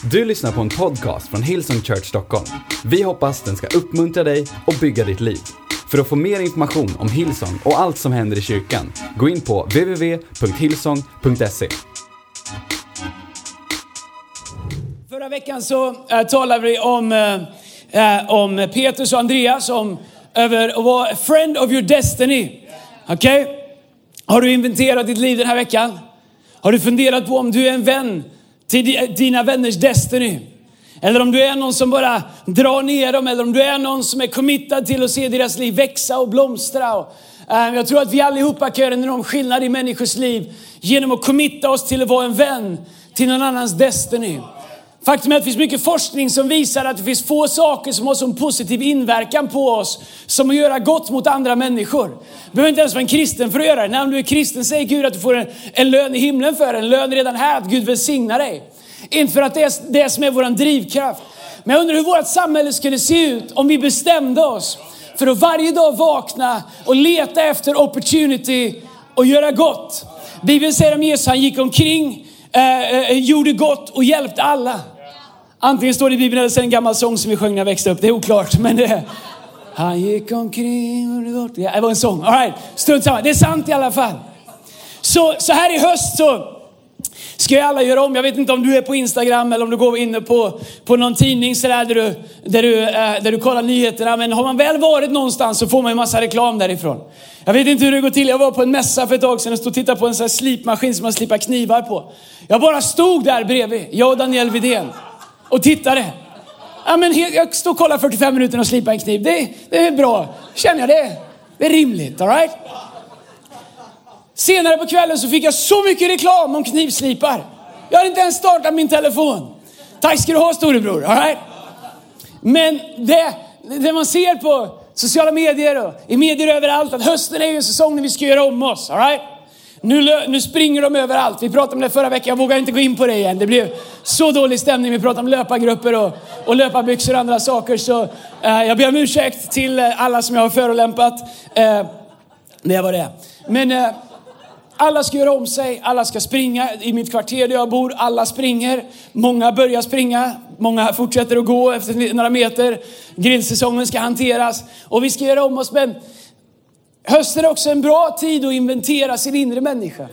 Du lyssnar på en podcast från Hillsong Church Stockholm. Vi hoppas den ska uppmuntra dig och bygga ditt liv. För att få mer information om Hillsong och allt som händer i kyrkan, gå in på www.hillsong.se. Förra veckan så talade vi om Petrus och Andreas som var a friend of your destiny. Okej? Har du inventerat ditt liv den här veckan? Har du funderat på om du är en vän till dina vänners destiny? Eller om du är någon som bara drar ner dem, eller om du är någon som är committad till att se deras liv växa och blomstra. Jag tror att vi allihopa kan göra en enorm skillnad i människors liv genom att committa oss till att vara en vän till någon annans destiny. Faktum är att det finns mycket forskning som visar att det finns få saker som har sån positiv inverkan på oss som att göra gott mot andra människor. Du behöver inte ens vara en kristen för att göra det. När du är kristen säger Gud att du får en lön i himlen för en lön redan här, att Gud välsignar dig. Inte för att det är det som är vår drivkraft. Men jag undrar hur vårt samhälle skulle se ut om vi bestämde oss för att varje dag vakna och leta efter opportunity och göra gott. Bibeln säger om Jesus, han gick omkring, gjorde gott och hjälpte alla. Antingen står det i Bibeln eller en gammal sång som vi sjöng när jag växte upp. Det är oklart, men det han gick omkring och gjorde gott. Ja, det var en sång. All right, strunt samma. Det är sant i alla fall. Så här i höst så ska jag alla göra om. Jag vet inte om du är på Instagram eller om du går inne på någon tidning så där du kollar nyheterna. Men har man väl varit någonstans så får man en massa reklam därifrån. Jag vet inte hur det går till. Jag var på en mässa för ett tag sedan och stod och tittade på en sån här slipmaskin som man slipar knivar på. Jag bara stod där bredvid, jag och Daniel Widén, och tittade. Ja, men jag stod och kollade 45 minuter och slipade en kniv. Det är bra. Känner jag det? Det är rimligt, all right? Senare på kvällen så fick jag så mycket reklam om knivslipar. Jag hade inte ens startat min telefon. Tack ska du ha, storebror. All right? Men det man ser på sociala medier och i medier överallt, att hösten är ju en säsong när vi ska göra om oss. All right? Nu springer de överallt. Vi pratade om det förra veckan. Jag vågar inte gå in på det igen. Det blev så dålig stämning. Vi pratade om löpargrupper och löparbyxor och andra saker. Så jag ber om ursäkt till alla som jag har förolämpat. Det var det. Men alla ska göra om sig. Alla ska springa. I mitt kvarter där jag bor, alla springer. Många börjar springa. Många fortsätter att gå efter några meter. Grillsäsongen ska hanteras. Och vi ska göra om oss. Men hösten är också en bra tid att inventera sin inre människa.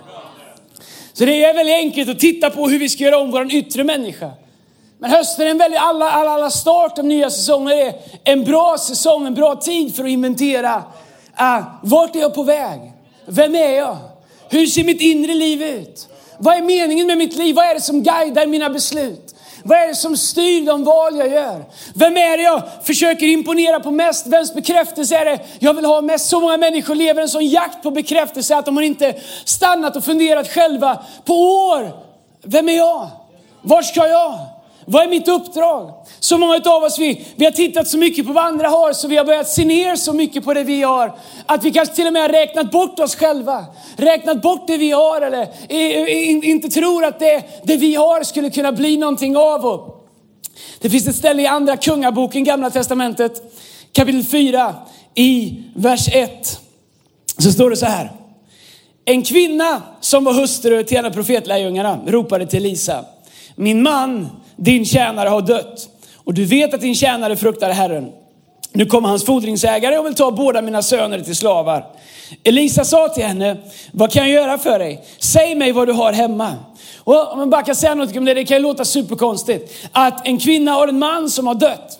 Så det är väldigt enkelt att titta på hur vi ska göra om vår yttre människa. Men hösten är en väldigt, alla start av nya säsonger är en bra säsong, en bra tid för att inventera. Vart är jag på väg? Vem är jag? Hur ser mitt inre liv ut? Vad är meningen med mitt liv? Vad är det som guidar mina beslut? Vad är det som styr de val jag gör? Vem är det jag försöker imponera på mest? Vems bekräftelse är det jag vill ha mest? Så många människor lever en sån jakt på bekräftelse att de har inte stannat och funderat själva på år. Vem är jag? Var ska jag? Vad är mitt uppdrag? Så många av oss, vi har tittat så mycket på vad andra har, så vi har börjat se ner så mycket på det vi har, att vi kanske till och med har räknat bort oss själva. Räknat bort det vi har, eller inte tror att det vi har skulle kunna bli någonting av. Och det finns ett ställe i andra kungaboken, Gamla testamentet, kapitel 4, i vers 1. Så står det så här. En kvinna som var hustru till en av profetlärjungarna ropade till Elisa: min man, din tjänare, har dött. Och du vet att din tjänare fruktar Herren. Nu kommer hans fordringsägare och vill ta båda mina söner till slavar. Elisa sa till henne: vad kan jag göra för dig? Säg mig vad du har hemma. Och om man bara kan säga något om det, det kan ju låta superkonstigt. Att en kvinna har en man som har dött.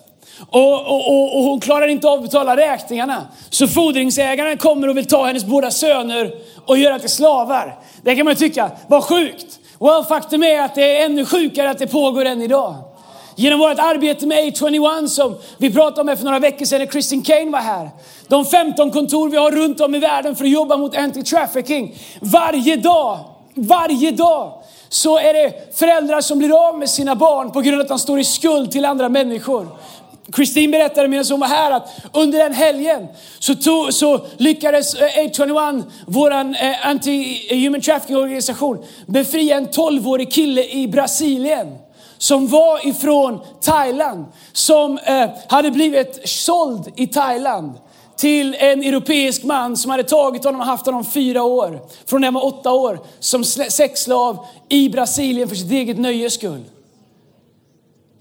Och hon klarar inte av att betala räkningarna. Så fordringsägaren kommer och vill ta hennes båda söner och göra till slavar. Det kan man tycka, vad sjukt. Och faktum är att det är ännu sjukare att det pågår än idag. Genom vårt arbete med A21 som vi pratade om för några veckor sedan när Christine Kane var här. De 15 kontor vi har runt om i världen för att jobba mot anti-trafficking. Varje dag så är det föräldrar som blir av med sina barn på grund av att de står i skuld till andra människor. Christine berättade medan hon var här att under den helgen så lyckades A21, våran anti-human trafficking-organisation, befria en 12-årig kille i Brasilien som var ifrån Thailand, som hade blivit såld i Thailand till en europeisk man som hade tagit honom och haft honom 4 år. Från när han var 8 år som sexslav i Brasilien för sitt eget nöjes skull.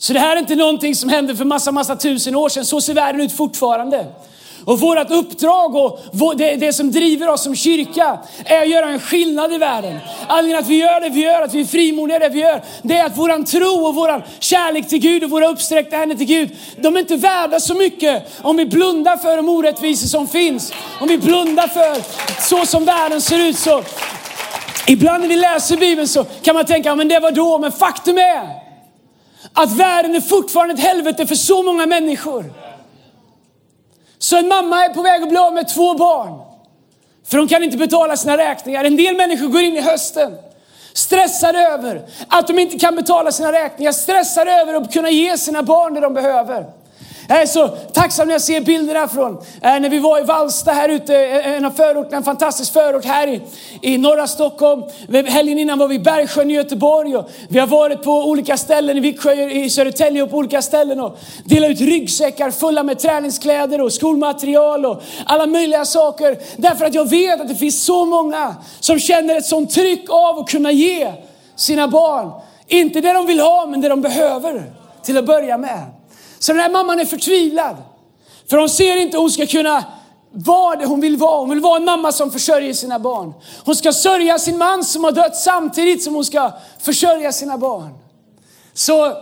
Så det här är inte någonting som hände för massa tusen år sedan. Så ser världen ut fortfarande. Och vårt uppdrag och det som driver oss som kyrka är att göra en skillnad i världen. Anledningen att vi gör det vi gör, att vi är frimodiga det vi gör, det är att våran tro och våran kärlek till Gud och våra uppsträckta händer till Gud, de är inte värda så mycket om vi blundar för de orättvisor som finns. Om vi blundar för så som världen ser ut. Så ibland när vi läser Bibeln så kan man tänka, men det var då. Men faktum är att världen är fortfarande ett helvete för så många människor. Så en mamma är på väg att bli av med 2 barn. För de kan inte betala sina räkningar. En del människor går in i hösten stressade över att de inte kan betala sina räkningar. Stressade över att kunna ge sina barn det de behöver. Jag är så tacksam när jag ser bilderna från när vi var i Valsta här ute, en fantastisk förort här i norra Stockholm. Helgen innan var vi i Bergsjön i Göteborg och vi har varit på olika ställen i Viksjö, i Södertälje och på olika ställen och delat ut ryggsäckar fulla med träningskläder och skolmaterial och alla möjliga saker. Därför att jag vet att det finns så många som känner ett sånt tryck av att kunna ge sina barn, inte det de vill ha men det de behöver till att börja med. Så den här mamman är förtvivlad. För hon ser inte hon ska kunna vara det hon vill vara. Hon vill vara en mamma som försörjer sina barn. Hon ska sörja sin man som har dött samtidigt som hon ska försörja sina barn. Så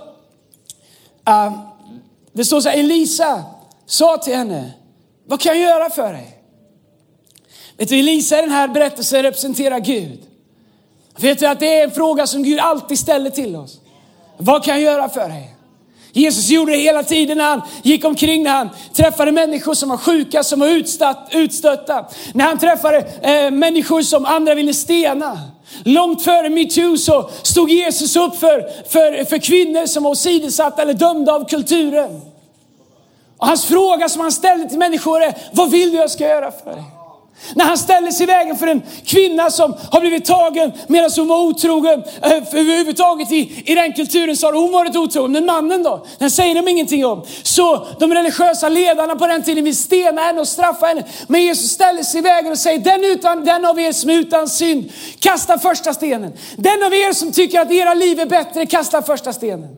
det står så här, Elisa sa till henne, vad kan jag göra för dig? Vet du, Elisa i den här berättelsen representerar Gud. Vet du att det är en fråga som Gud alltid ställer till oss. Vad kan jag göra för dig? Jesus gjorde det hela tiden när han gick omkring, när han träffade människor som var sjuka, som var utstötta. När han träffade människor som andra ville stena. Långt före MeToo så stod Jesus upp för kvinnor som var åsidosatta eller dömda av kulturen. Och hans fråga som han ställde till människor är, vad vill du jag ska göra för dig? När han ställde sig i vägen för en kvinna som har blivit tagen medan hon var otrogen överhuvudtaget i den kulturen, så har hon varit otrogen. Men mannen då, den säger de ingenting om. Så de religiösa ledarna på den tiden vill stena henne och straffa henne. Men Jesus ställer sig i vägen och säger, den av er som är utan synd, kasta första stenen. Den av er som tycker att era liv är bättre, kasta första stenen.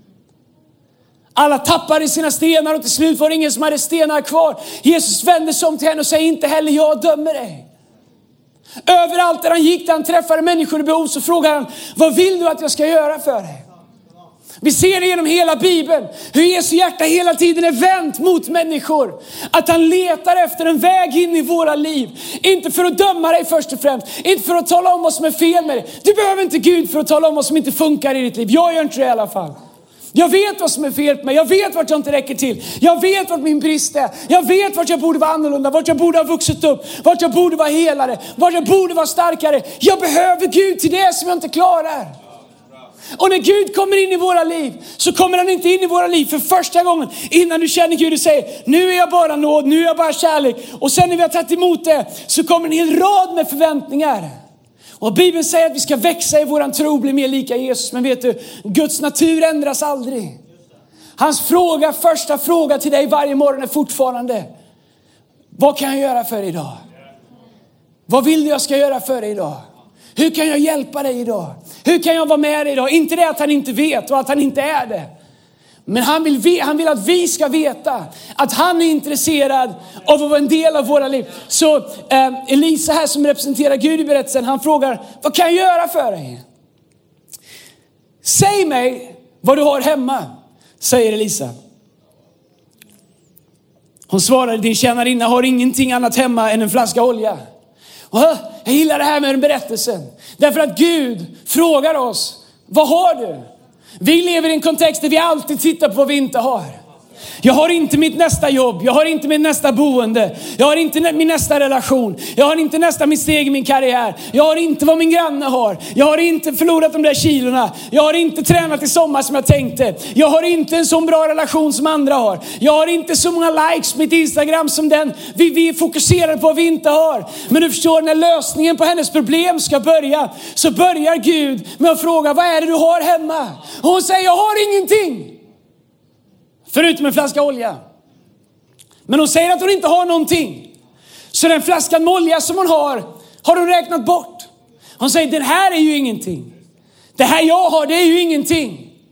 Alla tappade sina stenar och till slut var det ingen som hade stenar kvar. Jesus vände sig om till henne och säger, inte heller jag dömer dig. Överallt där han gick, där han träffade människor i behov, så frågar han, vad vill du att jag ska göra för dig? Vi ser det genom hela Bibeln, hur Jesu hjärta hela tiden är vänt mot människor. Att han letar efter en väg in i våra liv. Inte för att döma dig först och främst. Inte för att tala om vad som är fel med dig. Du behöver inte Gud för att tala om vad som inte funkar i ditt liv. Jag gör inte det i alla fall. Jag vet vad som är fel med mig. Jag vet vart jag inte räcker till. Jag vet vart min brist är. Jag vet vart jag borde vara annorlunda. Vart jag borde ha vuxit upp. Vart jag borde vara helare. Vart jag borde vara starkare. Jag behöver Gud till det som jag inte klarar. Och när Gud kommer in i våra liv, så kommer han inte in i våra liv för första gången innan du känner Gud och säger, nu är jag bara nåd, nu är jag bara kärlek. Och sen när vi har tagit emot det, så kommer en hel rad med förväntningar. Och Bibeln säger att vi ska växa i våran tro, bli mer lika Jesus. Men vet du, Guds natur ändras aldrig. Hans första fråga till dig varje morgon är fortfarande, vad kan jag göra för dig idag? Vad vill du jag ska göra för dig idag? Hur kan jag hjälpa dig idag? Hur kan jag vara med dig idag? Inte det att han inte vet och att han inte är det. Men han vill att vi ska veta att han är intresserad av att vara en del av våra liv. Så Elisa här som representerar Gud i berättelsen, han frågar, vad kan jag göra för dig? Säg mig vad du har hemma, säger Elisa. Hon svarade, din tjänarinna har ingenting annat hemma än en flaska olja. Och jag gillar det här med den berättelsen. Därför att Gud frågar oss, vad har du? Vi lever i en kontext där vi alltid tittar på vad vi inte har. Jag har inte mitt nästa jobb. Jag har inte mitt nästa boende. Jag har inte min nästa relation. Jag har inte mitt steg i min karriär. Jag har inte vad min granne har. Jag har inte förlorat de där kilorna. Jag har inte tränat i sommar som jag tänkte. Jag har inte en sån bra relation som andra har. Jag har inte så många likes på mitt Instagram som den. Vi fokuserar på vad vi inte har. Men du förstår, när lösningen på hennes problem ska börja, så börjar Gud med att fråga, vad är det du har hemma? Och hon säger, jag har ingenting. Förutom en flaska olja. Men hon säger att hon inte har någonting. Så den flaskan med olja som hon har hon räknat bort. Hon säger, den här är ju ingenting. Det här jag har, det är ju ingenting.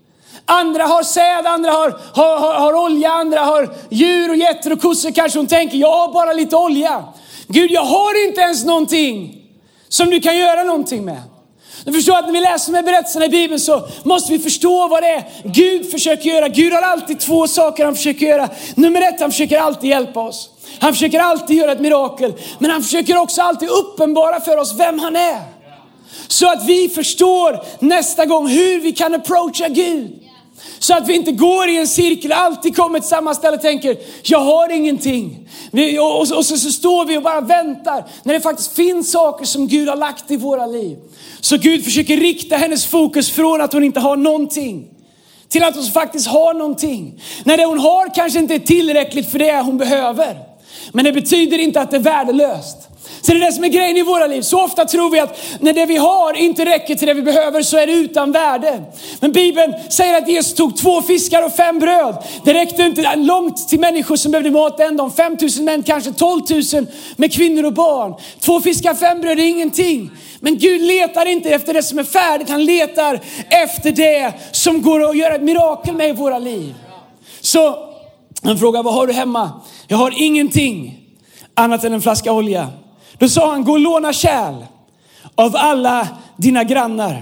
Andra har säd, andra har olja, andra har djur och getter och kossor. Kanske hon tänker, jag har bara lite olja. Gud, jag har inte ens någonting som du kan göra någonting med. Du förstår att när vi läser med berättelserna i Bibeln så måste vi förstå vad det är Gud försöker göra. Gud har alltid två saker han försöker göra. Nummer ett, han försöker alltid hjälpa oss. Han försöker alltid göra ett mirakel. Men han försöker också alltid uppenbara för oss vem han är. Så att vi förstår nästa gång hur vi kan approacha Gud. Så att vi inte går i en cirkel, alltid kommer till samma ställe och tänker, jag har ingenting. Och så står vi och bara väntar när det faktiskt finns saker som Gud har lagt i våra liv. Så Gud försöker rikta hennes fokus från att hon inte har någonting till att hon faktiskt har någonting. När det hon har kanske inte är tillräckligt för det hon behöver. Men det betyder inte att det är värdelöst. Så det är det som är grejen i våra liv. Så ofta tror vi att när det vi har inte räcker till det vi behöver så är det utan värde. Men Bibeln säger att Jesus tog 2 fiskar och 5 bröd. Det räckte inte långt till människor som behövde mat än. De 5 000 män, kanske 12 000 med kvinnor och barn. 2 fiskar, 5 bröd är ingenting. Men Gud letar inte efter det som är färdigt. Han letar efter det som går att göra ett mirakel med i våra liv. Så han frågar, vad har du hemma? Jag har ingenting annat än en flaska olja. Då sa han, gå och låna kärl av alla dina grannar.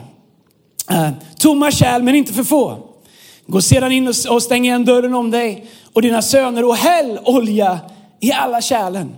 Tomma kärl men inte för få. Gå sedan in och stäng igen dörren om dig och dina söner och häll olja i alla kärlen.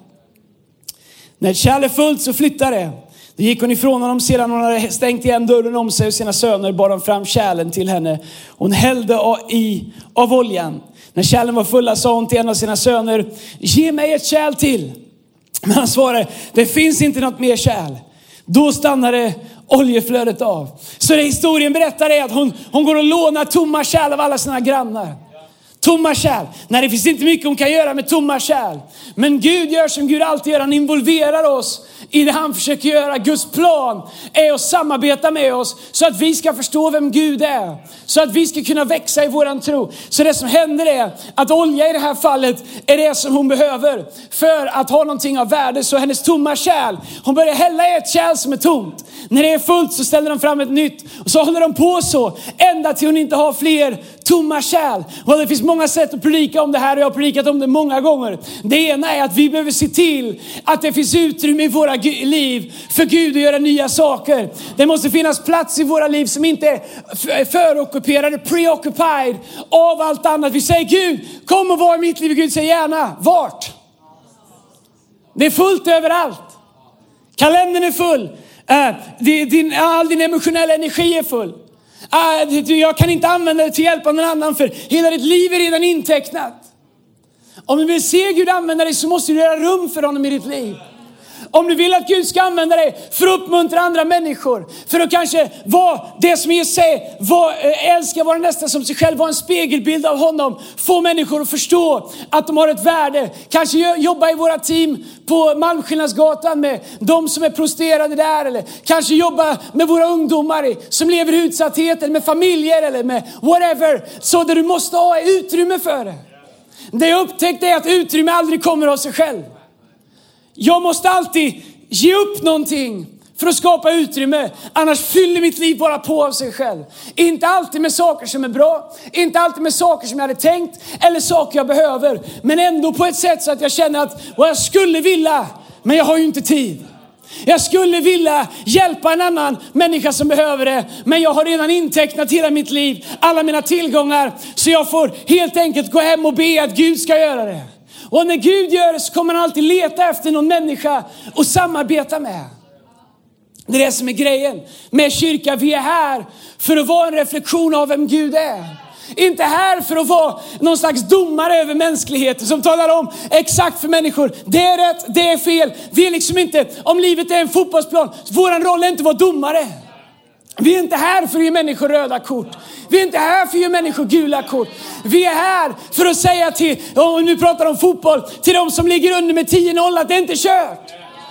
När ett kärl är fullt så flyttar det. Då gick hon ifrån honom sedan hon hade stängt igen dörren om sig och sina söner bar de fram kärlen till henne. Hon hällde av oljan. När kärlen var fulla sa hon till en av sina söner, ge mig ett kärl till. Men han svarade, det finns inte något mer kärl. Då stannade oljeflödet av. Så det historien berättar är att hon går och lånar tomma kärl av alla sina grannar. Tomma kärl. Nej, det finns inte mycket hon kan göra med tomma kärl. Men Gud gör som Gud alltid gör. Han involverar oss i det han försöker göra. Guds plan är att samarbeta med oss så att vi ska förstå vem Gud är. Så att vi ska kunna växa i våran tro. Så det som händer är att olja i det här fallet är det som hon behöver för att ha någonting av värde. Så hennes tomma kärl, hon börjar hälla i ett kärl som är tomt. När det är fullt så ställer de fram ett nytt. Och så håller de på så ända till hon inte har fler tomma kärl. Och det finns många sätt att predika om det här och jag har predikat om det många gånger. Det ena är att vi behöver se till att det finns utrymme i våra liv för Gud att göra nya saker. Det måste finnas plats i våra liv som inte är förockuperade, preoccupied av allt annat. Vi säger Gud, kom och var i mitt liv. Gud säger gärna, vart? Det är fullt överallt. Kalendern är full. All din emotionella energi är full. Jag kan inte använda det till hjälp av någon annan för hela ditt liv är redan intecknat. Om du vill se Gud använda dig så måste du göra rum för honom i ditt liv. Om du vill att Gud ska använda dig för att uppmuntra andra människor. För att kanske vara det som Jesus säger. Älska vara nästa som sig själv. Vara en spegelbild av honom. Få människor att förstå att de har ett värde. Kanske jobba i våra team på Malmskillnadsgatan med de som är prostituerade där. Eller kanske jobba med våra ungdomar som lever i utsatthet. Eller med familjer eller med whatever. Så där du måste ha utrymme för det. Det jag upptäckte är att utrymme aldrig kommer av sig själv. Jag måste alltid ge upp någonting för att skapa utrymme. Annars fyller mitt liv bara på av sig själv. Inte alltid med saker som är bra. Inte alltid med saker som jag hade tänkt. Eller saker jag behöver. Men ändå på ett sätt så att jag känner att jag skulle vilja. Men jag har ju inte tid. Jag skulle vilja hjälpa en annan människa som behöver det. Men jag har redan intecknat hela mitt liv. Alla mina tillgångar. Så jag får helt enkelt gå hem och be att Gud ska göra det. Och när Gud gör det så kommer han alltid leta efter någon människa och samarbeta med. Det är det som är grejen med kyrka. Vi är här för att vara en reflektion av vem Gud är. Inte här för att vara någon slags domare över mänskligheten som talar om exakt för människor. Det är rätt, det är fel. Vi är liksom inte, om livet är en fotbollsplan, våran roll är inte att vara domare. Vi är inte här för att ge människor röda kort. Vi är inte här för att ge människor gula kort. Vi är här för att säga till, och nu pratar om fotboll, till de som ligger under med 10-0 att det är inte kört.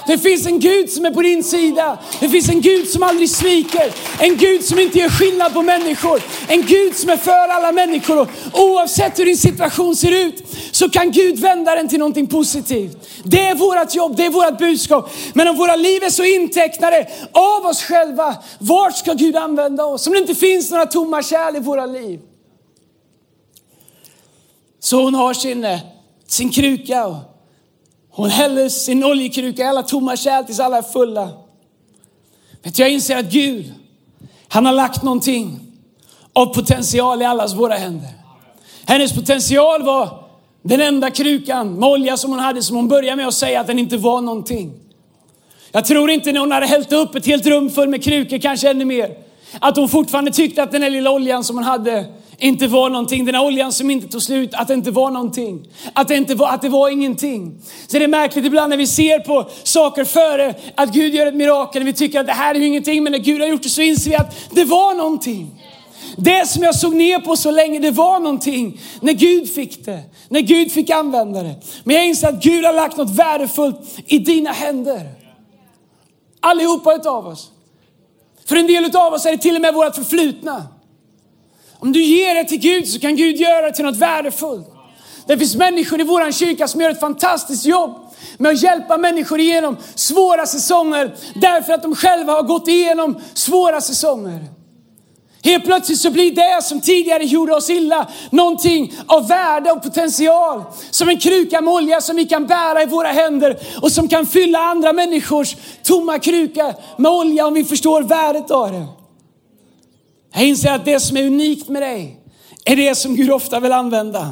Det finns en Gud som är på din sida. Det finns en Gud som aldrig sviker. En Gud som inte gör skillnad på människor. En Gud som är för alla människor. Och oavsett hur din situation ser ut så kan Gud vända den till någonting positivt. Det är vårt jobb, det är vårt budskap. Men om våra liv är så intecknade av oss själva, vart ska Gud använda oss? Om det inte finns några tomma kärl i våra liv. Så hon har sin kruka och hon häller sin oljekruka i alla tomma kärl tills alla är fulla. Vet jag inser att Gud, han har lagt någonting av potential i allas våra händer. Hennes potential var den enda krukan med olja som hon hade, som hon började med att säga att den inte var någonting. Jag tror inte när hon hade hällt upp ett helt rum full med krukor, kanske ännu mer, att hon fortfarande tyckte att den här lilla oljan som hon hade inte var någonting. Den här oljan som inte tog slut, att det inte var någonting. Att det var ingenting. Så det är märkligt ibland när vi ser på saker före att Gud gör ett mirakel. Vi tycker att det här är ju ingenting, men när Gud har gjort det så inser vi att det var någonting. Det som jag såg ner på så länge, det var någonting. När Gud fick det. När Gud fick använda det. Men jag inser att Gud har lagt något värdefullt i dina händer. Allihopa utav oss. För en del utav oss är det till och med vårt förflutna. Om du ger det till Gud så kan Gud göra det till något värdefullt. Det finns människor i våran kyrka som gör ett fantastiskt jobb med att hjälpa människor igenom svåra säsonger. Därför att de själva har gått igenom svåra säsonger. Helt plötsligt så blir det som tidigare gjorde oss illa någonting av värde och potential. Som en kruka med olja som vi kan bära i våra händer. Och som kan fylla andra människors tomma kruka med olja om vi förstår värdet av det. Jag inser att det som är unikt med dig är det som Gud ofta vill använda.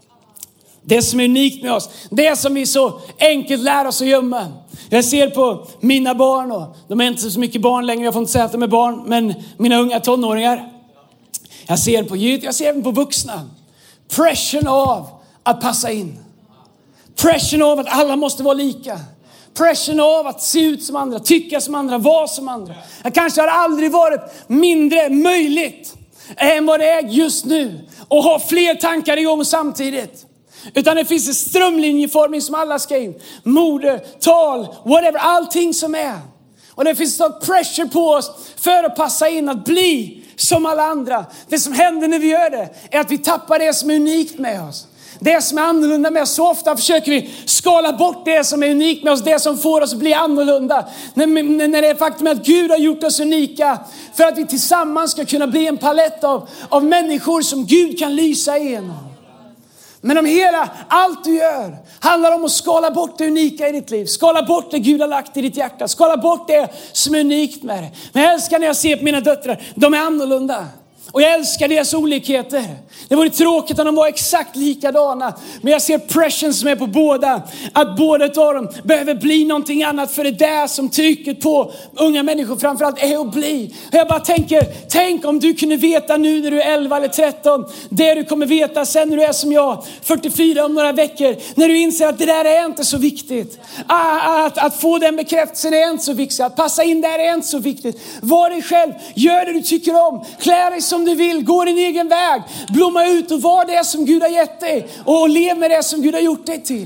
Det som är unikt med oss. Det som vi så enkelt lär oss att gömma. Jag ser på mina barn, och de är inte så mycket barn längre. Jag får inte säga att de är barn, men mina unga tonåringar. Jag ser på djur, jag ser även på vuxna. Pression av att passa in. Pression av att alla måste vara lika. Pression av att se ut som andra, tycka som andra, vara som andra. Jag kanske har aldrig varit mindre möjligt än vad det är just nu. Och ha fler tankar igång samtidigt. Utan det finns en strömlinjeformning som alla ska in. Mode, tal, whatever, allting som är. Och det finns något pressure på oss för att passa in, att bli som alla andra. Det som händer när vi gör det är att vi tappar det som är unikt med oss. Det som är annorlunda med oss. Så ofta försöker vi skala bort det som är unikt med oss. Det som får oss att bli annorlunda. När det är faktum att Gud har gjort oss unika. För att vi tillsammans ska kunna bli en palett av människor som Gud kan lysa igenom. Men om allt du gör handlar om att skala bort det unika i ditt liv. Skala bort det Gud har lagt i ditt hjärta. Skala bort det som är unikt med det. Men jag älskar när jag ser på mina döttrar. De är annorlunda. Och jag älskar deras olikheter. Det vore tråkigt om de var exakt likadana. Men jag ser pression som är på båda. Att båda av dem behöver bli någonting annat. För det är det som trycket på unga människor framförallt är att bli. Och jag bara tänker, tänk om du kunde veta nu när du är 11 eller 13. Det du kommer veta sen när du är som jag, 44 om några veckor. När du inser att det där är inte så viktigt. Att få den bekräftelsen är inte så viktigt. Att passa in där är inte så viktigt. Var dig själv, gör det du tycker om. Klä dig som du vill, gå din egen väg. Blomma ut och var det som Gud har gett dig. Och lev med det som Gud har gjort dig till.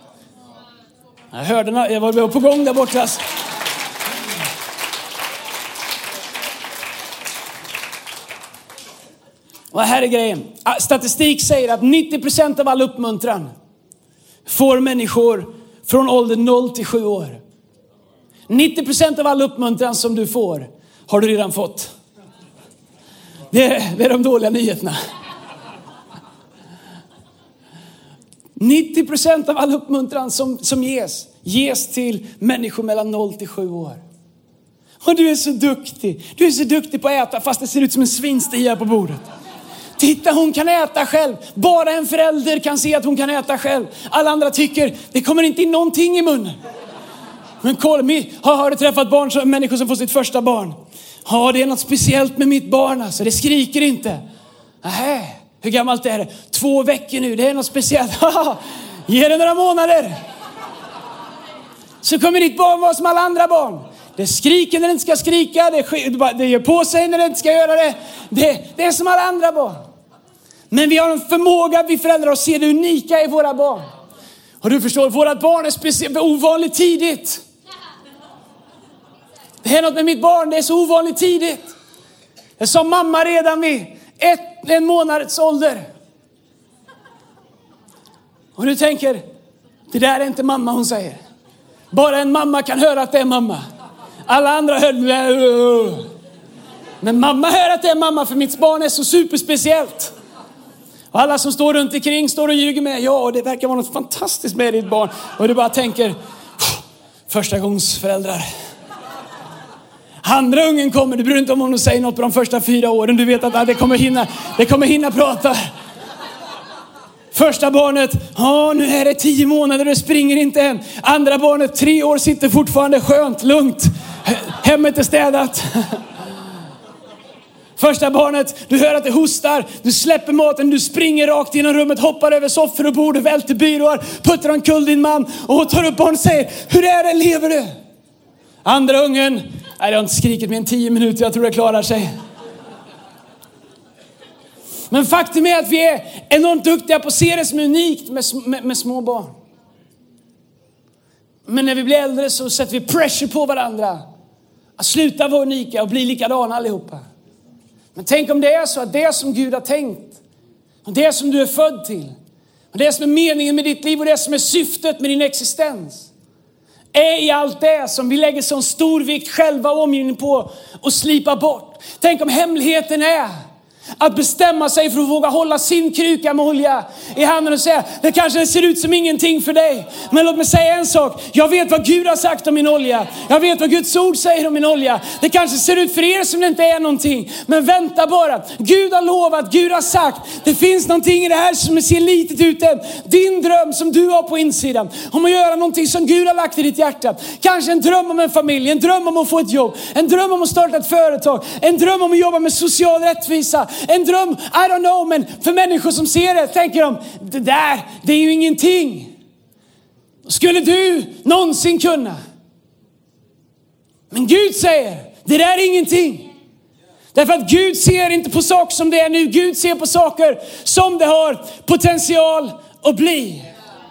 Jag hörde, jag var på gång där borta. Och här är grejen. Statistik säger att 90% av all uppmuntran får människor från ålder 0 till 7 år. 90% av all uppmuntran som du får har du redan fått. Det är de dåliga nyheterna. 90% av all uppmuntran som ges till människor mellan 0 till 7 år. Och du är så duktig. Du är så duktig på att äta fast det ser ut som en svinstia på bordet. Titta, hon kan äta själv. Bara en förälder kan se att hon kan äta själv. Alla andra tycker, det kommer inte in någonting i munnen. Men kolla, har du träffat människor som får sitt första barn? Ja, det är något speciellt med mitt barn alltså. Det skriker inte. Nej, hur gammalt är det? 2 veckor nu, det är något speciellt. Ge det några månader. Så kommer ditt barn vara som alla andra barn. Det skriker när det inte ska skrika. Det gör på sig när det inte ska göra det. Det är som alla andra barn. Men vi har en förmåga, vi föräldrar, att se det unika i våra barn. Och du förstår, våra barn är ovanligt tidigt. Det är något med mitt barn, det är så ovanligt tidigt. Jag sa mamma redan vid 1 månads ålder. Och du tänker, det där är inte mamma hon säger. Bara en mamma kan höra att det är mamma. Alla andra hör. Men mamma hör att det är mamma, för mitt barn är så superspeciellt. Och alla som står runt omkring står och ljuger med. Ja, det verkar vara något fantastiskt med ditt barn. Och du bara tänker, första gångs föräldrar. Andra ungen kommer, du bryr inte om hon säger något på de första 4 åren. Du vet att det kommer hinna prata. Första barnet, nu är det 10 månader, det springer inte än. Andra barnet, 3 år, sitter fortfarande skönt, lugnt. Hemmet är städat. Första barnet, du hör att det hostar. Du släpper maten, du springer rakt genom rummet, hoppar över soffor och bord, välter byråar, puttar omkull din man och tar upp barn och säger, hur är det, lever du? Andra ungen, nej, jag har inte skrikit mer än 10 minuter, jag tror det klarar sig. Men faktum är att vi är enormt duktiga på att se det som är unikt med små barn. Men när vi blir äldre så sätter vi pressure på varandra att sluta vara unika och bli likadana allihopa. Men tänk om det är så att det som Gud har tänkt, och det som du är född till, och det som är meningen med ditt liv och det som är syftet med din existens, är i allt det som vi lägger så stor vikt själva och omgivningen på och slipa bort. Tänk om hemligheten är att bestämma sig för att våga hålla sin kruka med olja i handen och säga, det kanske ser ut som ingenting för dig. Men låt mig säga en sak. Jag vet vad Gud har sagt om min olja. Jag vet vad Guds ord säger om min olja. Det kanske ser ut för er som det inte är någonting. Men vänta bara. Gud har lovat, Gud har sagt. Det finns någonting i det här som ser litet ut än. Din dröm som du har på insidan. Om att göra någonting som Gud har lagt i ditt hjärta. Kanske en dröm om en familj. En dröm om att få ett jobb. En dröm om att starta ett företag. En dröm om att jobba med social rättvisa. En dröm, I don't know, men för människor som ser det tänker de, det är ju ingenting. Skulle du någonsin kunna? Men Gud säger, det där är ingenting. Därför att Gud ser inte på saker som det är nu. Gud ser på saker som det har potential att bli.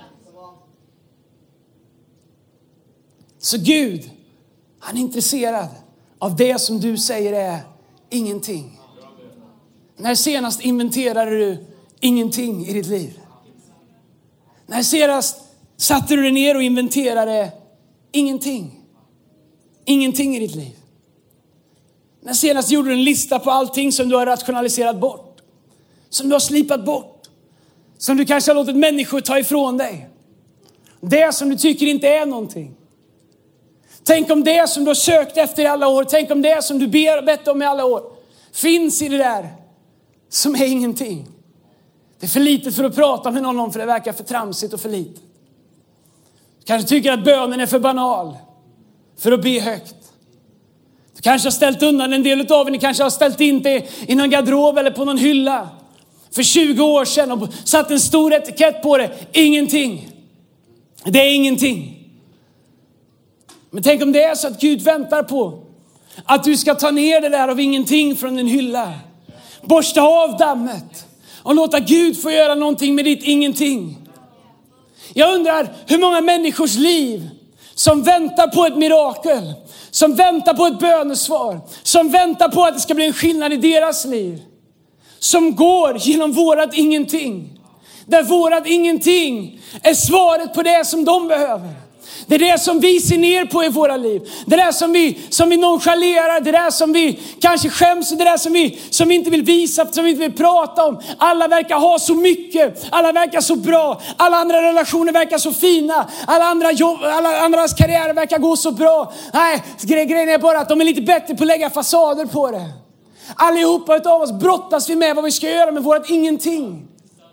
Så Gud, han är intresserad av det som du säger är ingenting. När senast inventerade du ingenting i ditt liv? När senast satte du dig ner och inventerade ingenting? Ingenting i ditt liv. När senast gjorde du en lista på allting som du har rationaliserat bort? Som du har slipat bort? Som du kanske har låtit människor ta ifrån dig? Det som du tycker inte är någonting. Tänk om det som du har sökt efter i alla år. Tänk om det som du bett om i alla år finns i det där som är ingenting. Det är för litet för att prata med någon om, för det verkar för tramsigt och för litet. Du kanske tycker att bönen är för banal för att be högt. Du kanske har ställt undan en del av det. Ni kanske har ställt in det i någon garderob eller på någon hylla för 20 år sedan och satt en stor etikett på det. Ingenting. Det är ingenting. Men tänk om det är så att Gud väntar på att du ska ta ner det där av ingenting från en hylla. Borsta av dammet och låta Gud få göra någonting med ditt ingenting. Jag undrar hur många människors liv som väntar på ett mirakel, som väntar på ett bönesvar, som väntar på att det ska bli en skillnad i deras liv, som går genom vårat ingenting. Där vårat ingenting är svaret på det som de behöver. Det är det som vi ser ner på i våra liv. Det är det som vi nonchalerar. Det är det som vi kanske skäms. Det är det som vi inte vill visa, som vi inte vill prata om. Alla verkar ha så mycket. Alla verkar så bra. Alla andra relationer verkar så fina. Alla andras karriärer verkar gå så bra. Nej, grejen är bara att de är lite bättre på att lägga fasader på det. Allihopa utav oss brottas vi med vad vi ska göra med vårt ingenting.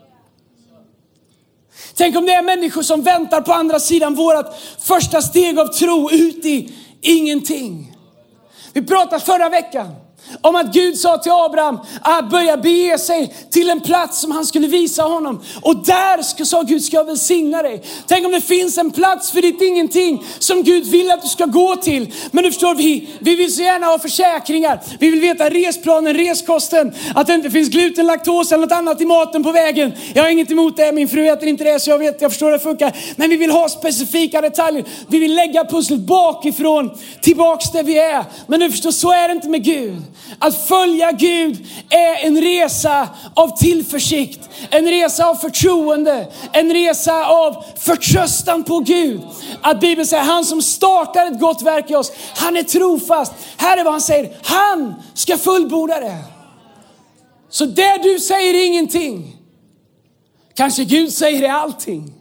Tänk om det är människor som väntar på andra sidan vårat första steg av tro ut i ingenting. Vi pratade förra veckan Om att Gud sa till Abraham att börja bege sig till en plats som han skulle visa honom. Och där sa Gud, ska jag välsigna dig. Tänk om det finns en plats för ditt ingenting som Gud vill att du ska gå till. Men du förstår, vi vill så gärna ha försäkringar. Vi vill veta resplanen, reskosten. Att det inte finns gluten, laktos eller något annat i maten på vägen. Jag har inget emot det, min fru äter inte det så jag förstår hur det funkar. Men vi vill ha specifika detaljer. Vi vill lägga pusslet bakifrån tillbaks där vi är. Men du förstår, så är det inte med Gud. Att följa Gud är en resa av tillförsikt, en resa av förtroende, en resa av förtröstan på Gud. Att Bibeln säger, han som startar ett gott verk i oss, han är trofast. Här är vad han säger, han ska fullborda det. Så det du säger är ingenting. Kanske Gud säger det allting.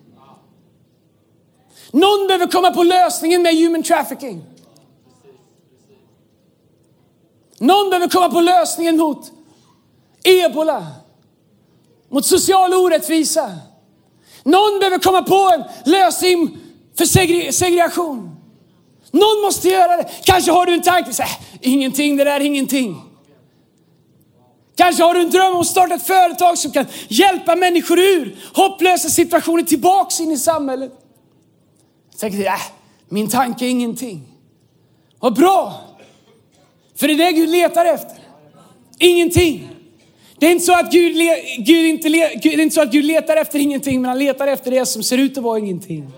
Någon behöver komma på lösningen med human trafficking. Någon behöver komma på lösningen mot ebola. Mot social orättvisa. Någon behöver komma på en lösning för segregation. Någon måste göra det. Kanske har du en tanke. Ingenting, det där är ingenting. Kanske har du en dröm om att starta ett företag som kan hjälpa människor ur hopplösa situationer tillbaks in i samhället. Jag tänker, min tanke är ingenting. Vad bra. För det är det Gud letar efter. Ingenting. Det är inte så att Gud letar efter ingenting, men han letar efter det som ser ut att vara ingenting.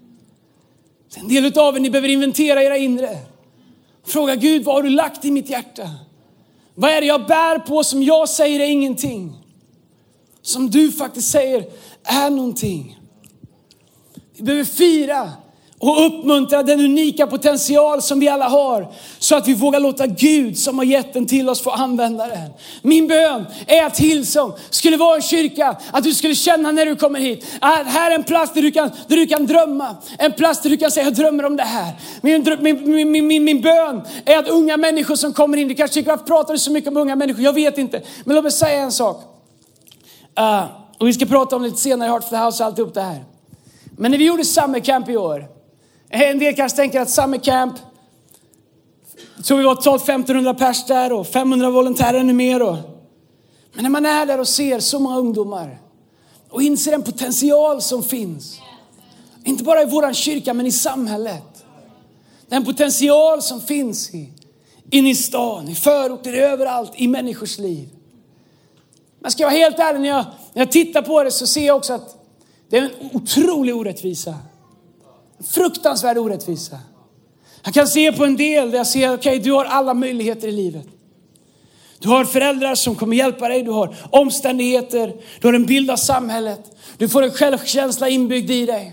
En del av er, ni behöver inventera era inre. Fråga Gud, vad har du lagt i mitt hjärta? Vad är det jag bär på som jag säger är ingenting? Som du faktiskt säger är någonting. Vi behöver fira och uppmuntra den unika potential som vi alla har. Så att vi vågar låta Gud som har gett den till oss få använda den. Min bön är att Hillsong skulle vara en kyrka. Att du skulle känna när du kommer hit. Att här är en plats där du kan drömma. En plats där du kan säga, jag drömmer om det här. Min bön är att unga människor som kommer in. Du kanske tycker att pratar så mycket om unga människor. Jag vet inte. Men låt mig säga en sak. Och vi ska prata om det lite senare. Heart for the House och allt upp det här. Men när vi gjorde Summer Camp i år. En del kanske tänker att Summer Camp, så vi var totalt 1500 pers där och 500 volontärer ännu mer. Men när man är där och ser så många ungdomar och inser den potential som finns. Inte bara i våran kyrka men i samhället. Den potential som finns in i stan, i förorter, överallt i människors liv. Men ska jag vara helt ärlig, när jag tittar på det så ser jag också att det är en otrolig orättvisa. Fruktansvärd orättvisa. Jag kan se på en del där jag ser, okej, du har alla möjligheter i livet. Du har föräldrar som kommer hjälpa dig. Du har omständigheter. Du har en bild av samhället. Du får en självkänsla inbyggd i dig.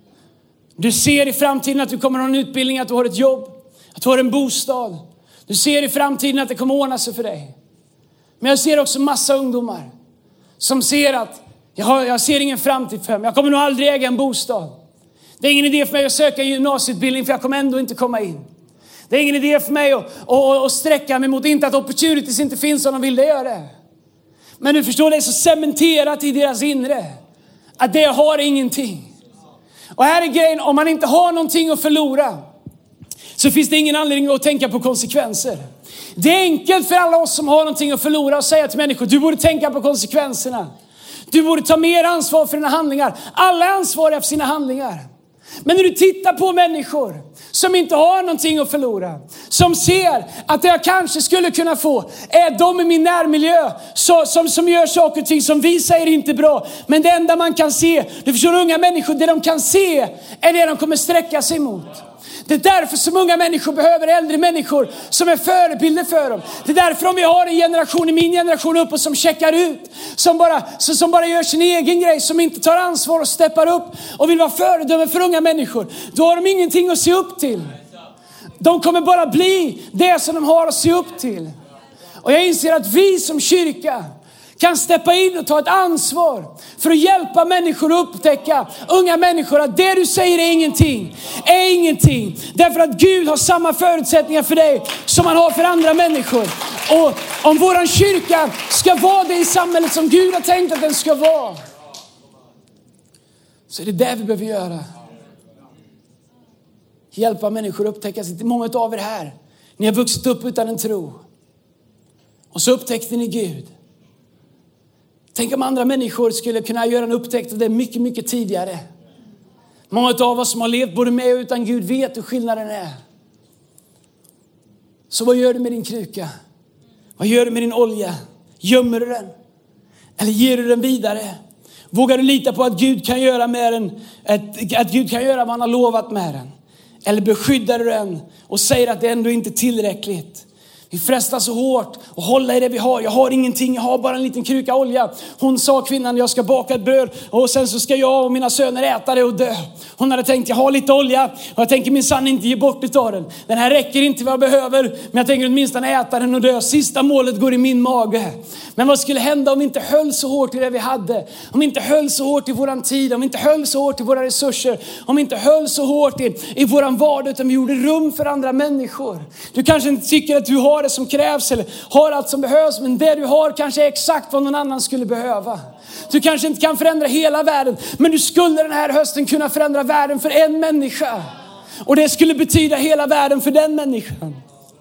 Du ser i framtiden att du kommer ha en utbildning, att du har ett jobb, att du har en bostad. Du ser i framtiden att det kommer ordna sig för dig. Men jag ser också massa ungdomar som ser att jag ser ingen framtid för mig. Jag kommer nog aldrig äga en bostad. Det är ingen idé för mig att söka en gymnasieutbildning för jag kommer ändå inte komma in. Det är ingen idé för mig att sträcka mig mot, inte att opportunities inte finns om de vill det göra det. Men du förstår, det är så cementerat i deras inre att det har ingenting. Och här är grejen, om man inte har någonting att förlora så finns det ingen anledning att tänka på konsekvenser. Det är enkelt för alla oss som har någonting att förlora att säga till människor, du borde tänka på konsekvenserna. Du borde ta mer ansvar för dina handlingar. Alla är ansvariga för sina handlingar. Men när du tittar på människor som inte har någonting att förlora, som ser att det jag kanske skulle kunna få är de i min närmiljö som gör saker och ting som vi säger inte är bra. Men det enda man kan se, du förstår, unga människor, det de kan se är det de kommer sträcka sig mot. Det är därför som unga människor behöver äldre människor som är förebilder för dem. Det är därför om vi har en generation i min generation uppe som checkar ut, som bara gör sin egen grej, som inte tar ansvar och steppar upp och vill vara föredöme för unga människor, då har de ingenting att se upp till. De kommer bara bli det som de har att se upp till. Och jag inser att vi som kyrka kan steppa in och ta ett ansvar för att hjälpa människor att upptäcka, unga människor, att det du säger är ingenting. Därför att Gud har samma förutsättningar för dig som han har för andra människor. Och om våran kyrka ska vara det i samhället som Gud har tänkt att den ska vara, så är det det vi behöver göra. Hjälpa människor att upptäcka sig. Många av er här, ni har vuxit upp utan en tro. Och så upptäckte ni Gud. Tänk om andra människor skulle kunna göra en upptäckt av det mycket, mycket tidigare. Många av oss som har levt både med och utan Gud vet hur skillnaden är. Så vad gör du med din kruka? Vad gör du med din olja? Gömmer du den? Eller ger du den vidare? Vågar du lita på att Gud kan göra med den, att Gud kan göra vad han har lovat med den? Eller beskyddar du den och säger att det ändå inte är tillräckligt? Vi frestas så hårt och hålla i det vi har. Jag har ingenting, jag har bara en liten kruka olja. Hon sa, kvinnan, jag ska baka ett bröd och sen så ska jag och mina söner äta det och dö. Hon hade tänkt, jag har lite olja och jag tänker minsann inte ge bort utav den. Den här räcker inte vad jag behöver, men jag tänker åtminstone äta den och dö. Sista målet går i min mage. Men vad skulle hända om vi inte höll så hårt i det vi hade? Om vi inte höll så hårt i våran tid, om vi inte höll så hårt i våra resurser, om vi inte höll så hårt i våran vardag, utan vi gjorde rum för andra människor. Du kanske inte tycker att du har det som krävs eller har allt som behövs, men det du har kanske är exakt vad någon annan skulle behöva. Du kanske inte kan förändra hela världen, men du skulle den här hösten kunna förändra världen för en människa. Och det skulle betyda hela världen för den människan.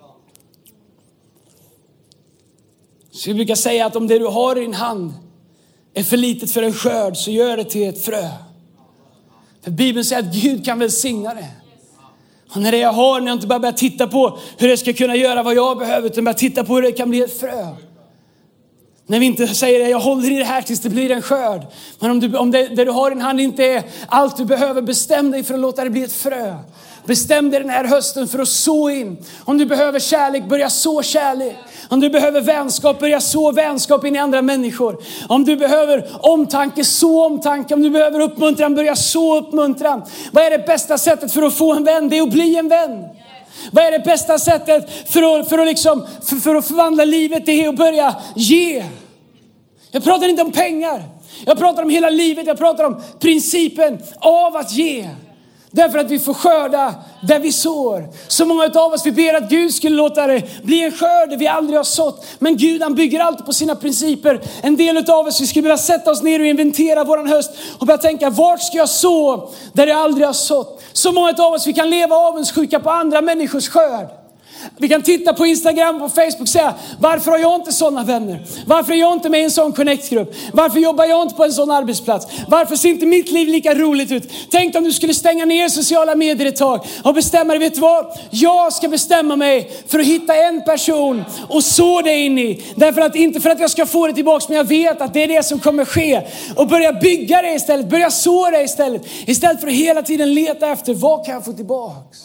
Så vi brukar säga att om det du har i din hand är för litet för en skörd, så gör det till ett frö. För Bibeln säger att Gud kan välsigna det. Och när det jag har, när jag inte bara börjar titta på hur det ska kunna göra vad jag behöver, utan börjar titta på hur det kan bli ett frö. När vi inte säger att jag håller i det här tills det blir en skörd. Men om det du har i din hand inte är allt du behöver, bestäm dig för att låta det bli ett frö. Bestäm dig den här hösten för att så in. Om du behöver kärlek, börja så kärlek. Om du behöver vänskap, börja så vänskap in i andra människor. Om du behöver omtanke, så omtanke. Om du behöver uppmuntran, börja så uppmuntran. Vad är det bästa sättet för att få en vän? Det är att bli en vän. Vad är det bästa sättet för att förvandla livet? Det är att börja ge. Jag pratar inte om pengar. Jag pratar om hela livet. Jag pratar om principen av att ge. Därför att vi får skörda där vi sår. Så många av oss, vi ber att Gud skulle låta det bli en skörd där vi aldrig har sått. Men Gud, han bygger alltid på sina principer. En del av oss, vi skulle behöva sätta oss ner och inventera våran höst. Och börja tänka, vart ska jag så där jag aldrig har sått? Så många av oss, vi kan leva avundsjuka på andra människors skörd. Vi kan titta på Instagram och Facebook och säga, varför har jag inte sådana vänner? Varför är jag inte med i en sån connect-grupp? Varför jobbar jag inte på en sån arbetsplats? Varför ser inte mitt liv lika roligt ut? Tänk om du skulle stänga ner sociala medier ett tag och bestämma dig, vet du vad? Jag ska bestämma mig för att hitta en person och så det in i. Därför att inte för att jag ska få det tillbaka, men jag vet att det är det som kommer ske. Och börja bygga det istället, börja så det istället. Istället för att hela tiden leta efter, vad kan jag få tillbaks?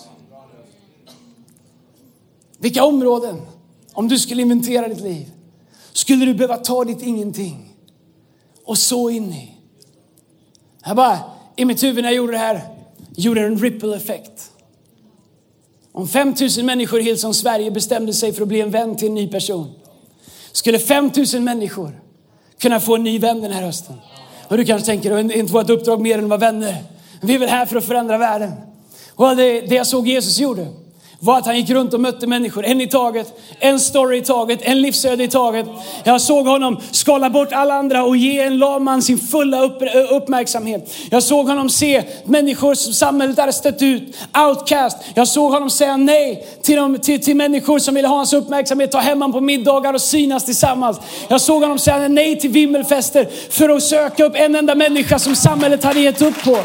Vilka områden, om du skulle inventera ditt liv, skulle du behöva ta ditt ingenting och så in i? Jag bara, i mitt huvud när jag gjorde det här, gjorde en ripple-effekt. Om 5000 människor i Hillsong Sverige bestämde sig för att bli en vän till en ny person, skulle 5000 människor kunna få en ny vän den här hösten. Och du kanske tänker, det är inte vårt uppdrag mer än att vara vänner. Vi är väl här för att förändra världen. Och det jag såg Jesus gjorde var att han gick runt och mötte människor, en i taget, en story i taget, en livsöde i taget. Jag såg honom skala bort alla andra och ge en lamman sin fulla uppmärksamhet. Jag såg honom se människor som samhället hade stött ut, outcast. Jag såg honom säga nej till människor som ville ha hans uppmärksamhet, ta hem honom på middagar och synas tillsammans. Jag såg honom säga nej till vimmelfester för att söka upp en enda människa som samhället hade gett upp på.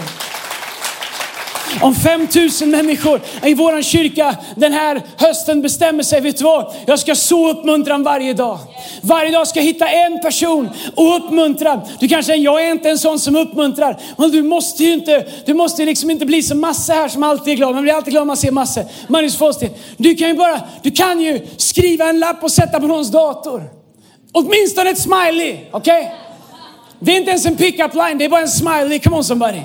Om 5000 människor i våran kyrka den här hösten bestämmer sig, vet du vad? Jag ska så uppmuntran varje dag. Varje dag ska jag hitta en person och uppmuntra. Du kanske säger, jag är inte en sån som uppmuntrar. Men du måste liksom inte bli så massa här som alltid är glad. Man blir alltid glad om man ser massor. Magnus Foster, du kan ju skriva en lapp och sätta på någons dator. Åtminstone ett smiley, okej? Okay? Det är inte ens en pick-up line, det är bara en smiley. Come on somebody.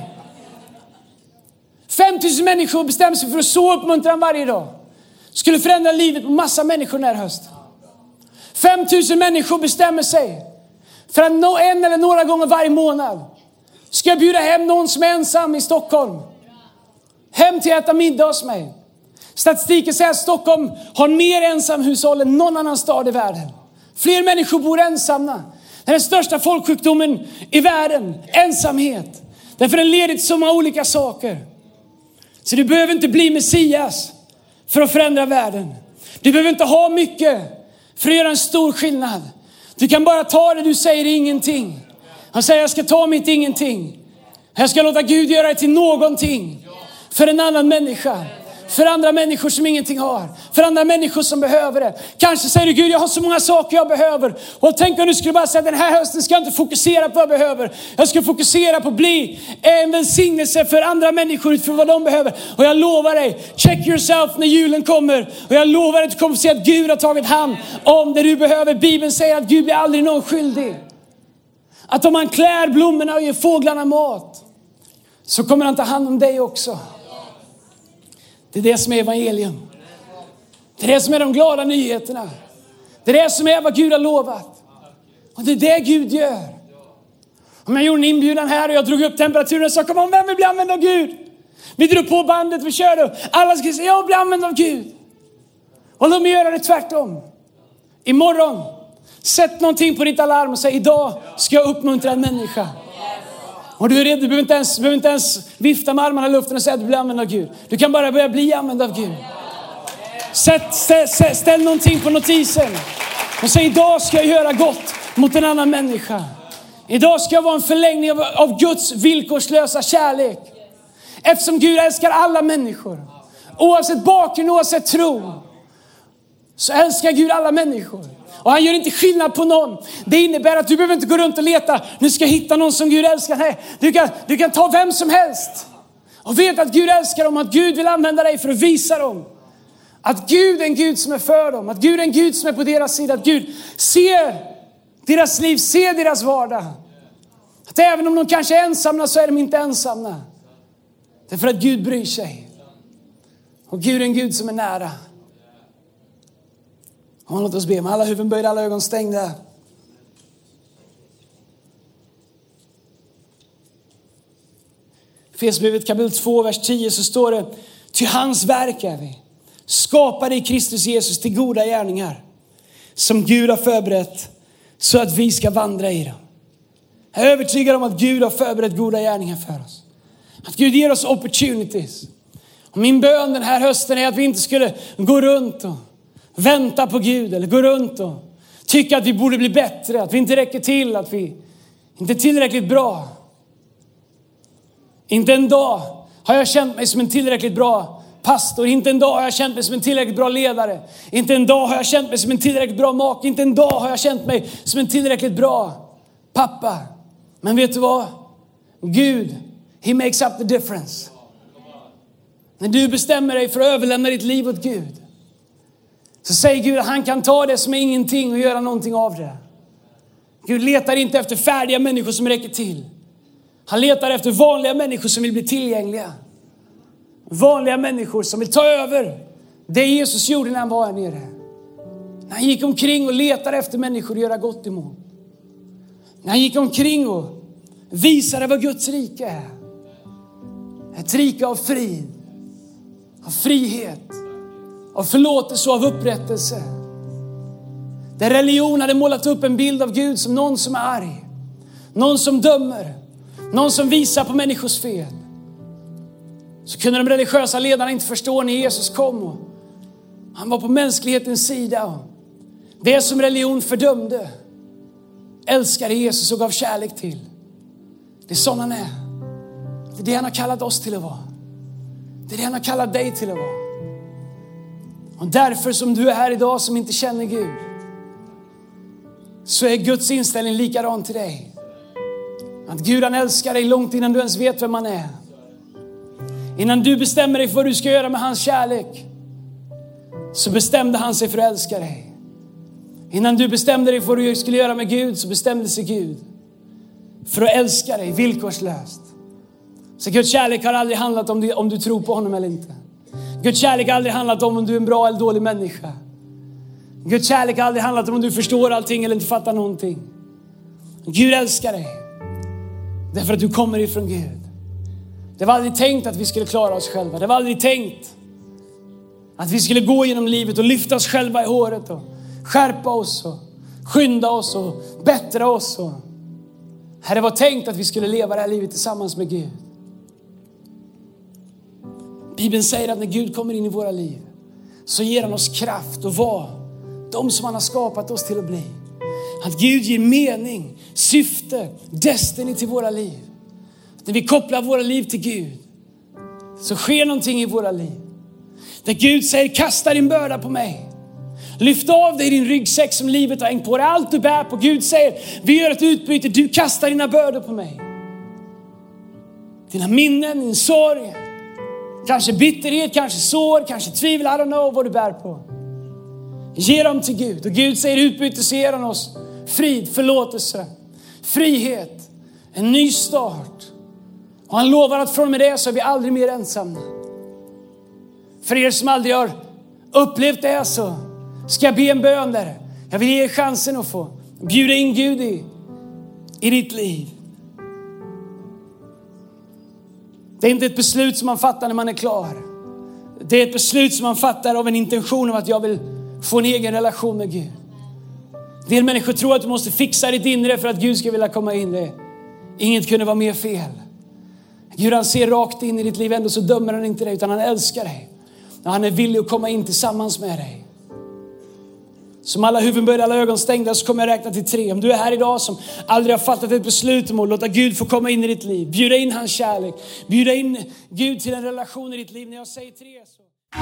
5000 människor bestämmer sig för att så uppmuntran varje dag. Skulle förändra livet på massa människor när höst. 5000 människor bestämmer sig för att en eller några gånger varje månad ska jag bjuda hem någon som är ensam i Stockholm. Hem till att äta middag hos mig. Statistiken säger att Stockholm har mer ensamhushåll än någon annan stad i världen. Fler människor bor ensamma. Det är den största folksjukdomen i världen. Ensamhet. Därför den leder till så många olika saker. Så du behöver inte bli Messias för att förändra världen. Du behöver inte ha mycket för att göra en stor skillnad. Du kan bara ta det du säger ingenting. Han säger jag ska ta mitt ingenting. Jag ska låta Gud göra det till någonting. För en annan människa. För andra människor som ingenting har. För andra människor som behöver det. Kanske säger du Gud jag har så många saker jag behöver. Och tänk om du skulle bara säga den här hösten ska jag inte fokusera på vad jag behöver. Jag ska fokusera på att bli en välsignelse för andra människor utifrån vad de behöver. Och jag lovar dig, check yourself när julen kommer. Och jag lovar dig att du kommer att se att Gud har tagit hand om det du behöver. Bibeln säger att Gud blir aldrig någon skyldig. Att om han klär blommorna och ger fåglarna mat så kommer han ta hand om dig också. Det är det som är evangelium. Det är det som är de glada nyheterna. Det är det som är vad Gud har lovat. Och det är det Gud gör. Om jag gjorde en inbjudan här och jag drog upp temperaturen och sa kom on, vem vill bli använd av Gud? Vi drog på bandet, vi körde. Alla ska säga jag vill bli använd av Gud. Och låt mig göra det tvärtom. Imorgon, sätt någonting på ditt alarm och säg idag ska jag uppmuntra en människa. Och du är rädd, du behöver inte ens vifta med armarna i luften och säga att du blir använd av Gud. Du kan bara börja bli använd av Gud. Ställ någonting på notisen. Och säg idag ska jag göra gott mot en annan människa. Idag ska jag vara en förlängning av Guds villkorslösa kärlek. Eftersom Gud älskar alla människor. Oavsett bakgrund, oavsett tro. Så älskar Gud alla människor. Och han gör inte skillnad på någon. Det innebär att du behöver inte gå runt och leta. Nu ska jag hitta någon som Gud älskar. Nej, du kan ta vem som helst. Och veta att Gud älskar dem. Att Gud vill använda dig för att visa dem. Att Gud är en Gud som är för dem. Att Gud är en Gud som är på deras sida. Att Gud ser deras liv, ser deras vardag. Att även om de kanske är ensamma så är de inte ensamma. Det är för att Gud bryr sig. Och Gud är en Gud som är nära. Och låt oss be med alla huvuden böjda, alla ögon stängda. Efesierbrevet kapitel 2, vers 10 så står det: ty hans verk är vi, skapade i Kristus Jesus till goda gärningar, som Gud har förberett så att vi ska vandra i dem. Jag är övertygad om att Gud har förberett goda gärningar för oss. Att Gud ger oss opportunities. Och min bön den här hösten är att vi inte skulle gå runt och vänta på Gud eller gå runt och tycka att vi borde bli bättre, att vi inte räcker till, att vi inte är tillräckligt bra. Inte en dag har jag känt mig som en tillräckligt bra pastor. Inte en dag har jag känt mig som en tillräckligt bra ledare. Inte en dag har jag känt mig som en tillräckligt bra make. Inte en dag har jag känt mig som en tillräckligt bra pappa. Men vet du vad? Gud, he makes up the difference. När du bestämmer dig för att överlämna ditt liv åt Gud, så säger Gud att han kan ta det som är ingenting och göra någonting av det. Gud letar inte efter färdiga människor som räcker till. Han letar efter vanliga människor som vill bli tillgängliga. Vanliga människor som vill ta över det Jesus gjorde när han var här nere. När han gick omkring och letade efter människor att göra gott emot. När han gick omkring och visade vad Guds rike är. Ett rike av frid, av frihet, av förlåtelse och av upprättelse. Där religion hade målat upp en bild av Gud som någon som är arg. Någon som dömer. Någon som visar på människors fel. Så kunde de religiösa ledarna inte förstå när Jesus kom. Och han var på mänsklighetens sida. Och det som religion fördömde älskade Jesus och gav kärlek till. Det är sån han är. Det är det han har kallat oss till att vara. Det är det han har kallat dig till att vara. Och därför som du är här idag som inte känner Gud, så är Guds inställning likadan till dig. Att Gud han älskar dig långt innan du ens vet vem man är. Innan du bestämmer dig för vad du ska göra med hans kärlek, så bestämde han sig för att älska dig. Innan du bestämde dig för vad du skulle göra med Gud, så bestämde sig Gud för att älska dig villkorslöst. Så Guds kärlek har aldrig handlat om du tror på honom eller inte. Guds kärlek har aldrig handlat om du är en bra eller dålig människa. Guds kärlek har aldrig handlat om du förstår allting eller inte fattar någonting. Gud älskar dig därför att du kommer ifrån Gud. Det var aldrig tänkt att vi skulle klara oss själva. Det var aldrig tänkt att vi skulle gå genom livet och lyfta oss själva i håret och skärpa oss och skynda oss och bättra oss. Det var tänkt att vi skulle leva det här livet tillsammans med Gud. Bibeln säger att när Gud kommer in i våra liv så ger han oss kraft att vara De som han har skapat oss till att bli. Att Gud ger mening, syfte, destiny till våra liv. När vi kopplar våra liv till Gud så sker någonting i våra liv. Där Gud säger, kasta din börda på mig. Lyft av dig din ryggsäck som livet har hängt på dig. Allt du bär på. Gud säger, vi gör ett utbyte. Du kastar dina bördor på mig. Dina minnen, din sorg. Kanske bitterhet, kanske sår, kanske tvivel. I don't know vad du bär på. Ge dem till Gud. Och Gud säger, utbyte så ger han oss frid, förlåtelse, frihet, en ny start. Och han lovar att från med det så är vi aldrig mer ensamma. För er som aldrig har upplevt det så ska jag be en bön där. Jag vill ge er chansen att få bjuda in Gud i ditt liv. Det är inte ett beslut som man fattar när man är klar. Det är ett beslut som man fattar av en intention om att jag vill få en egen relation med Gud. En del människor tror att du måste fixa ditt inre för att Gud ska vilja komma in. Inget kunde vara mer fel. Gud, han ser rakt in i ditt liv, ändå så dömer han inte dig utan han älskar dig. Och han är villig att komma in tillsammans med dig. Som alla huvuden böjda, alla ögon stängda, så kommer jag räkna till 3. Om du är här idag som aldrig har fattat ett beslut om att låta Gud få komma in i ditt liv. Bjuda in hans kärlek. Bjuda in Gud till en relation i ditt liv. När jag säger 3 så...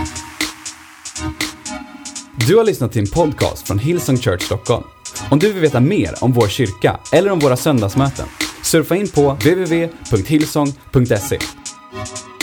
Du har lyssnat till en podcast från Hillsong Church Stockholm. Om du vill veta mer om vår kyrka eller om våra söndagsmöten, surfa in på www.hillsong.se.